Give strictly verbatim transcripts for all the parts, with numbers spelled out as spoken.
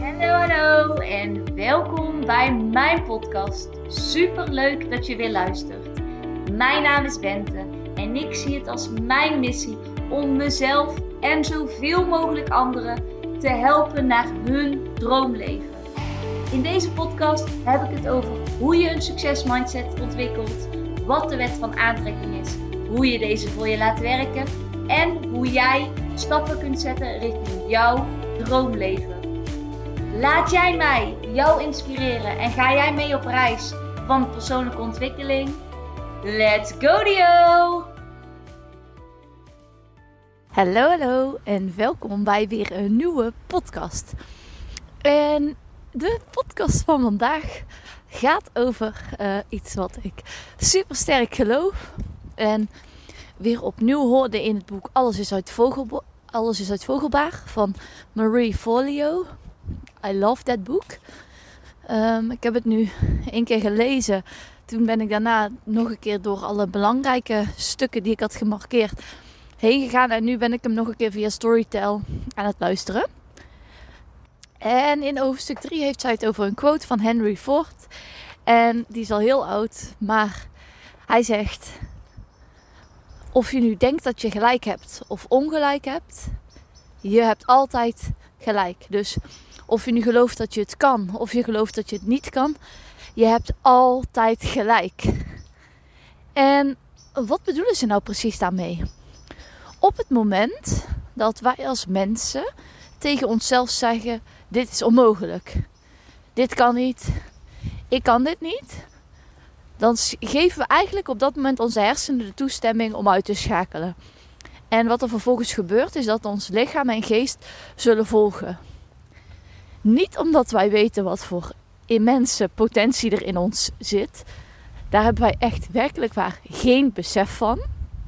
Hallo, hallo en welkom bij mijn podcast. Super leuk dat je weer luistert. Mijn naam is Bente en ik zie het als mijn missie om mezelf en zoveel mogelijk anderen te helpen naar hun droomleven. In deze podcast heb ik het over hoe je een succesmindset ontwikkelt, wat de wet van aantrekking is, hoe je deze voor je laat werken en hoe jij stappen kunt zetten richting jouw droomleven. Laat jij mij jou inspireren en ga jij mee op reis van persoonlijke ontwikkeling? Let's go Dio! Hallo, hallo en welkom bij weer een nieuwe podcast. En de podcast van vandaag gaat over uh, iets wat ik super sterk geloof. En weer opnieuw hoorde in het boek Alles is uit, Vogelba- Alles is uit Vogelbaar van Marie Forleo. I love that book. Um, ik heb het nu één keer gelezen. Toen ben ik daarna nog een keer door alle belangrijke stukken die ik had gemarkeerd heen gegaan. En nu ben ik hem nog een keer via Storytel aan het luisteren. En in hoofdstuk drie heeft zij het over een quote van Henry Ford. En die is al heel oud. Maar hij zegt: of je nu denkt dat je gelijk hebt of ongelijk hebt, je hebt altijd gelijk. Dus of je nu gelooft dat je het kan of je gelooft dat je het niet kan, je hebt altijd gelijk. En wat bedoelen ze nou precies daarmee? Op het moment dat wij als mensen tegen onszelf zeggen: dit is onmogelijk, dit kan niet, ik kan dit niet, dan geven we eigenlijk op dat moment onze hersenen de toestemming om uit te schakelen. En wat er vervolgens gebeurt is dat ons lichaam en geest zullen volgen. Niet omdat wij weten wat voor immense potentie er in ons zit. Daar hebben wij echt werkelijk waar geen besef van.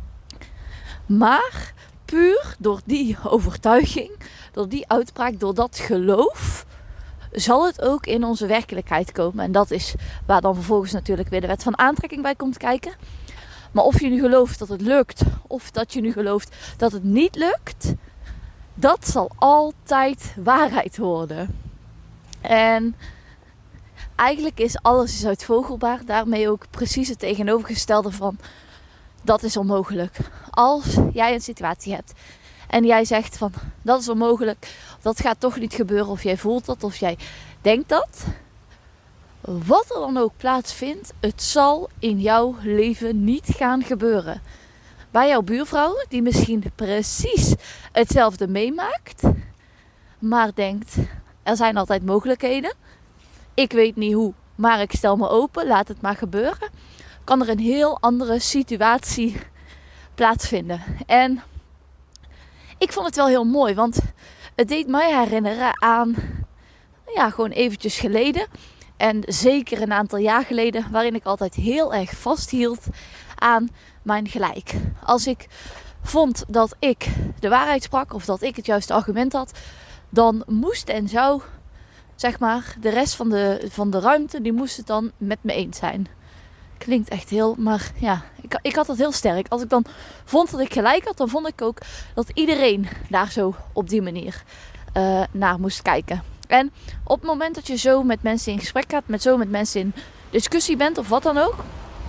Maar puur door die overtuiging, door die uitspraak, door dat geloof, zal het ook in onze werkelijkheid komen. En dat is waar dan vervolgens natuurlijk weer de wet van aantrekking bij komt kijken. Maar of je nu gelooft dat het lukt, of dat je nu gelooft dat het niet lukt, dat zal altijd waarheid worden. En eigenlijk is alles is uit Vogelbaar daarmee ook precies het tegenovergestelde van: dat is onmogelijk. Als jij een situatie hebt en jij zegt van dat is onmogelijk, dat gaat toch niet gebeuren, of jij voelt dat of jij denkt dat, wat er dan ook plaatsvindt, het zal in jouw leven niet gaan gebeuren. Bij jouw buurvrouw, die misschien precies hetzelfde meemaakt, maar denkt: er zijn altijd mogelijkheden. Ik weet niet hoe, maar ik stel me open, laat het maar gebeuren. Kan er een heel andere situatie plaatsvinden. En ik vond het wel heel mooi, want het deed mij herinneren aan, ja, gewoon eventjes geleden. En zeker een aantal jaar geleden, waarin ik altijd heel erg vasthield aan mijn gelijk. Als ik vond dat ik de waarheid sprak of dat ik het juiste argument had, dan moest en zou, zeg maar, de rest van de, van de ruimte, die moest het dan met me eens zijn. Klinkt echt heel, maar ja, ik, ik had dat heel sterk. Als ik dan vond dat ik gelijk had, dan vond ik ook dat iedereen daar zo op die manier uh, naar moest kijken. En op het moment dat je zo met mensen in gesprek gaat, met zo met mensen in discussie bent of wat dan ook,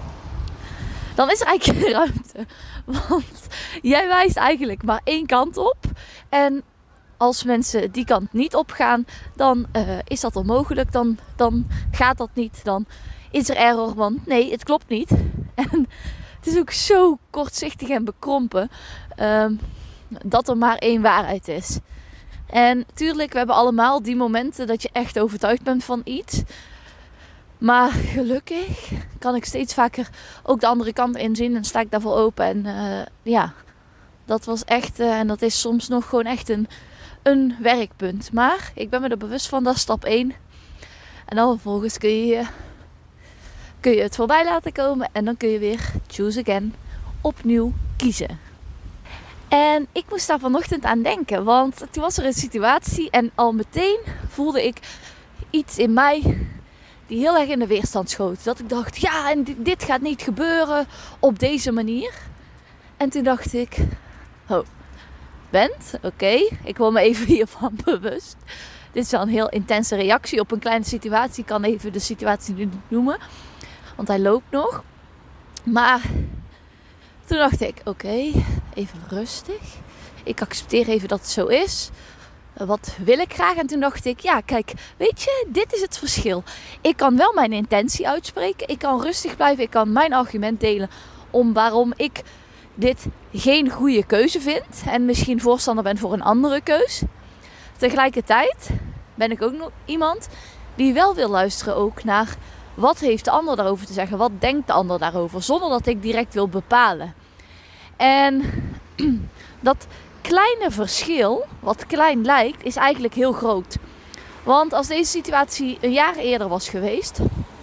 dan is er eigenlijk geen ruimte. Want jij wijst eigenlijk maar één kant op. En als mensen die kant niet opgaan, dan uh, is dat onmogelijk. Dan, dan gaat dat niet. Dan is er error, want nee, het klopt niet. En het is ook zo kortzichtig en bekrompen uh, dat er maar één waarheid is. En tuurlijk, we hebben allemaal die momenten dat je echt overtuigd bent van iets. Maar gelukkig kan ik steeds vaker ook de andere kant inzien en sta ik daarvoor open. En uh, ja, dat was echt, uh, en dat is soms nog gewoon echt een, een werkpunt. Maar ik ben me er bewust van, dat is stap één. En dan vervolgens kun je, kun je het voorbij laten komen en dan kun je weer choose again, opnieuw kiezen. En ik moest daar vanochtend aan denken, want toen was er een situatie en al meteen voelde ik iets in mij die heel erg in de weerstand schoot. Dat ik dacht, ja, en dit, dit gaat niet gebeuren op deze manier. En toen dacht ik, oh, Bent, oké, okay, ik word me even hiervan bewust. dit is wel een heel intense reactie op een kleine situatie. Ik kan even de situatie nu niet noemen, want hij loopt nog. Maar toen dacht ik, oké, okay, even rustig. Ik accepteer even dat het zo is. Wat wil ik graag? En toen dacht ik, ja kijk, weet je, dit is het verschil. Ik kan wel mijn intentie uitspreken. Ik kan rustig blijven. Ik kan mijn argument delen om waarom ik dit geen goede keuze vind. En misschien voorstander ben voor een andere keus. Tegelijkertijd ben ik ook nog iemand die wel wil luisteren ook naar wat heeft de ander daarover te zeggen. Wat denkt de ander daarover? Zonder dat ik direct wil bepalen. En dat kleine verschil, wat klein lijkt, is eigenlijk heel groot. Want als deze situatie een jaar eerder was geweest,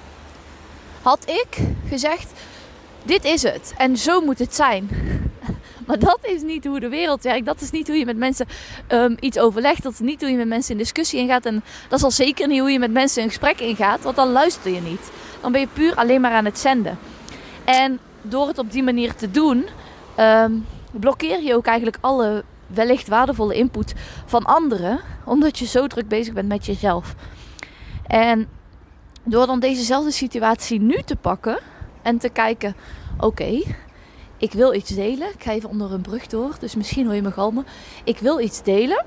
had ik gezegd, dit is het en zo moet het zijn. Maar dat is niet hoe de wereld werkt. Dat is niet hoe je met mensen um, iets overlegt. Dat is niet hoe je met mensen in discussie ingaat. En dat is al zeker niet hoe je met mensen een gesprek ingaat. Want dan luister je niet. Dan ben je puur alleen maar aan het zenden. En door het op die manier te doen, um, blokkeer je ook eigenlijk alle wellicht waardevolle input van anderen. Omdat je zo druk bezig bent met jezelf. En door dan dezezelfde situatie nu te pakken en te kijken, oké, okay, ik wil iets delen. Ik ga even onder een brug door, dus misschien hoor je me galmen. Ik wil iets delen.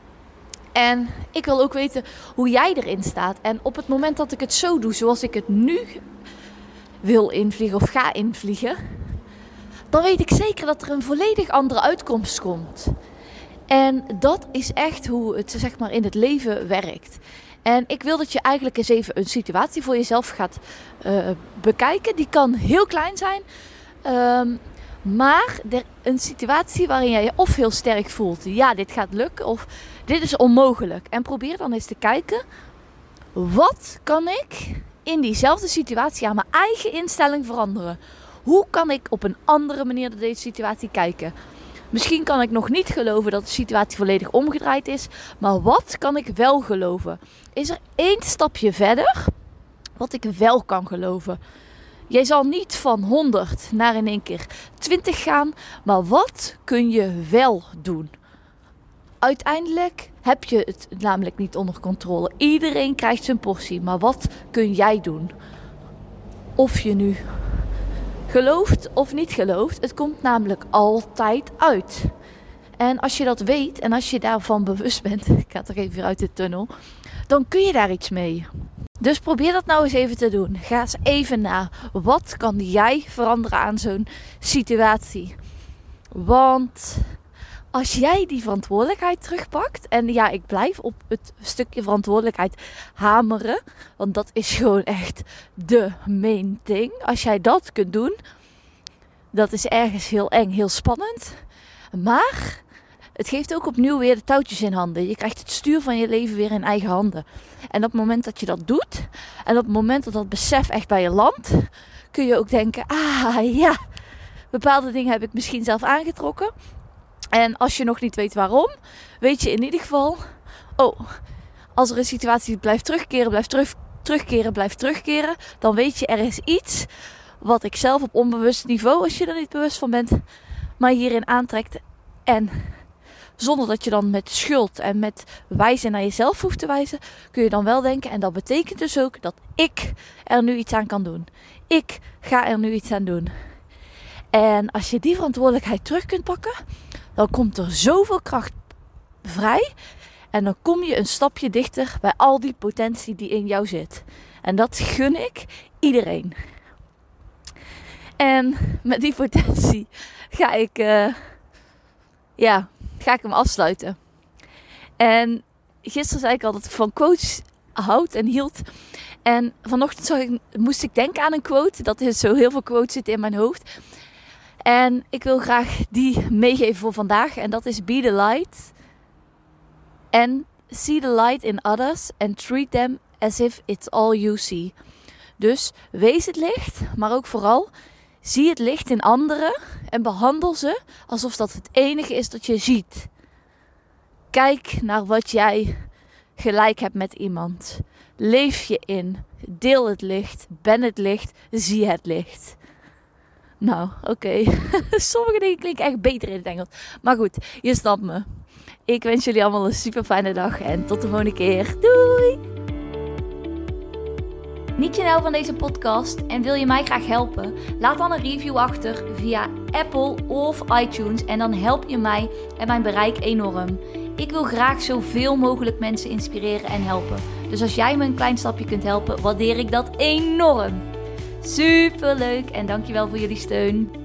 En ik wil ook weten hoe jij erin staat. En op het moment dat ik het zo doe, zoals ik het nu wil invliegen of ga invliegen, dan weet ik zeker dat er een volledig andere uitkomst komt. En dat is echt hoe het zeg maar in het leven werkt. En ik wil dat je eigenlijk eens even een situatie voor jezelf gaat uh, bekijken. Die kan heel klein zijn. Um, maar er, een situatie waarin jij je of heel sterk voelt. Ja, dit gaat lukken. Of dit is onmogelijk. En probeer dan eens te kijken. Wat kan ik in diezelfde situatie aan mijn eigen instelling veranderen? Hoe kan ik op een andere manier naar deze situatie kijken? Misschien kan ik nog niet geloven dat de situatie volledig omgedraaid is. Maar wat kan ik wel geloven? Is er één stapje verder wat ik wel kan geloven? Jij zal niet van honderd naar in één keer twintig gaan. Maar wat kun je wel doen? Uiteindelijk heb je het namelijk niet onder controle. Iedereen krijgt zijn portie. Maar wat kun jij doen? Of je nu gelooft of niet gelooft, het komt namelijk altijd uit. En als je dat weet en als je daarvan bewust bent, ik ga toch even weer uit de tunnel, dan kun je daar iets mee. Dus probeer dat nou eens even te doen. Ga eens even na. Wat kan jij veranderen aan zo'n situatie? Want als jij die verantwoordelijkheid terugpakt, en ja, ik blijf op het stukje verantwoordelijkheid hameren, want dat is gewoon echt de main thing. Als jij dat kunt doen, dat is ergens heel eng, heel spannend. Maar het geeft ook opnieuw weer de touwtjes in handen. Je krijgt het stuur van je leven weer in eigen handen. En op het moment dat je dat doet, en op het moment dat dat besef echt bij je landt, kun je ook denken, ah ja, bepaalde dingen heb ik misschien zelf aangetrokken. En als je nog niet weet waarom, weet je in ieder geval, oh, als er een situatie blijft terugkeren, blijft terug, terugkeren, blijft terugkeren, dan weet je er is iets wat ik zelf op onbewust niveau, als je er niet bewust van bent, maar hierin aantrekt. En zonder dat je dan met schuld en met wijzen naar jezelf hoeft te wijzen, kun je dan wel denken, en dat betekent dus ook dat ik er nu iets aan kan doen. Ik ga er nu iets aan doen. En als je die verantwoordelijkheid terug kunt pakken, dan komt er zoveel kracht vrij. En dan kom je een stapje dichter bij al die potentie die in jou zit. En dat gun ik iedereen. En met die potentie ga ik, uh, ja, ga ik hem afsluiten. En gisteren zei ik al dat ik van quotes houd en hield. En vanochtend zag ik, moest ik denken aan een quote. Dat is zo heel veel quotes zitten in mijn hoofd. En ik wil graag die meegeven voor vandaag. En dat is be the light. And see the light in others. And treat them as if it's all you see. Dus wees het licht. Maar ook vooral zie het licht in anderen. En behandel ze alsof dat het enige is dat je ziet. Kijk naar wat jij gelijk hebt met iemand. Leef je in. Deel het licht. Ben het licht. Zie het licht. Nou, oké. Okay. Sommige dingen klinken echt beter in het Engels. Maar goed, je snapt me. Ik wens jullie allemaal een super fijne dag en tot de volgende keer. Doei! Niet je nou van deze podcast en wil je mij graag helpen? Laat dan een review achter via Apple of iTunes en dan help je mij en mijn bereik enorm. Ik wil graag zoveel mogelijk mensen inspireren en helpen. Dus als jij me een klein stapje kunt helpen, waardeer ik dat enorm. Super leuk en dankjewel voor jullie steun.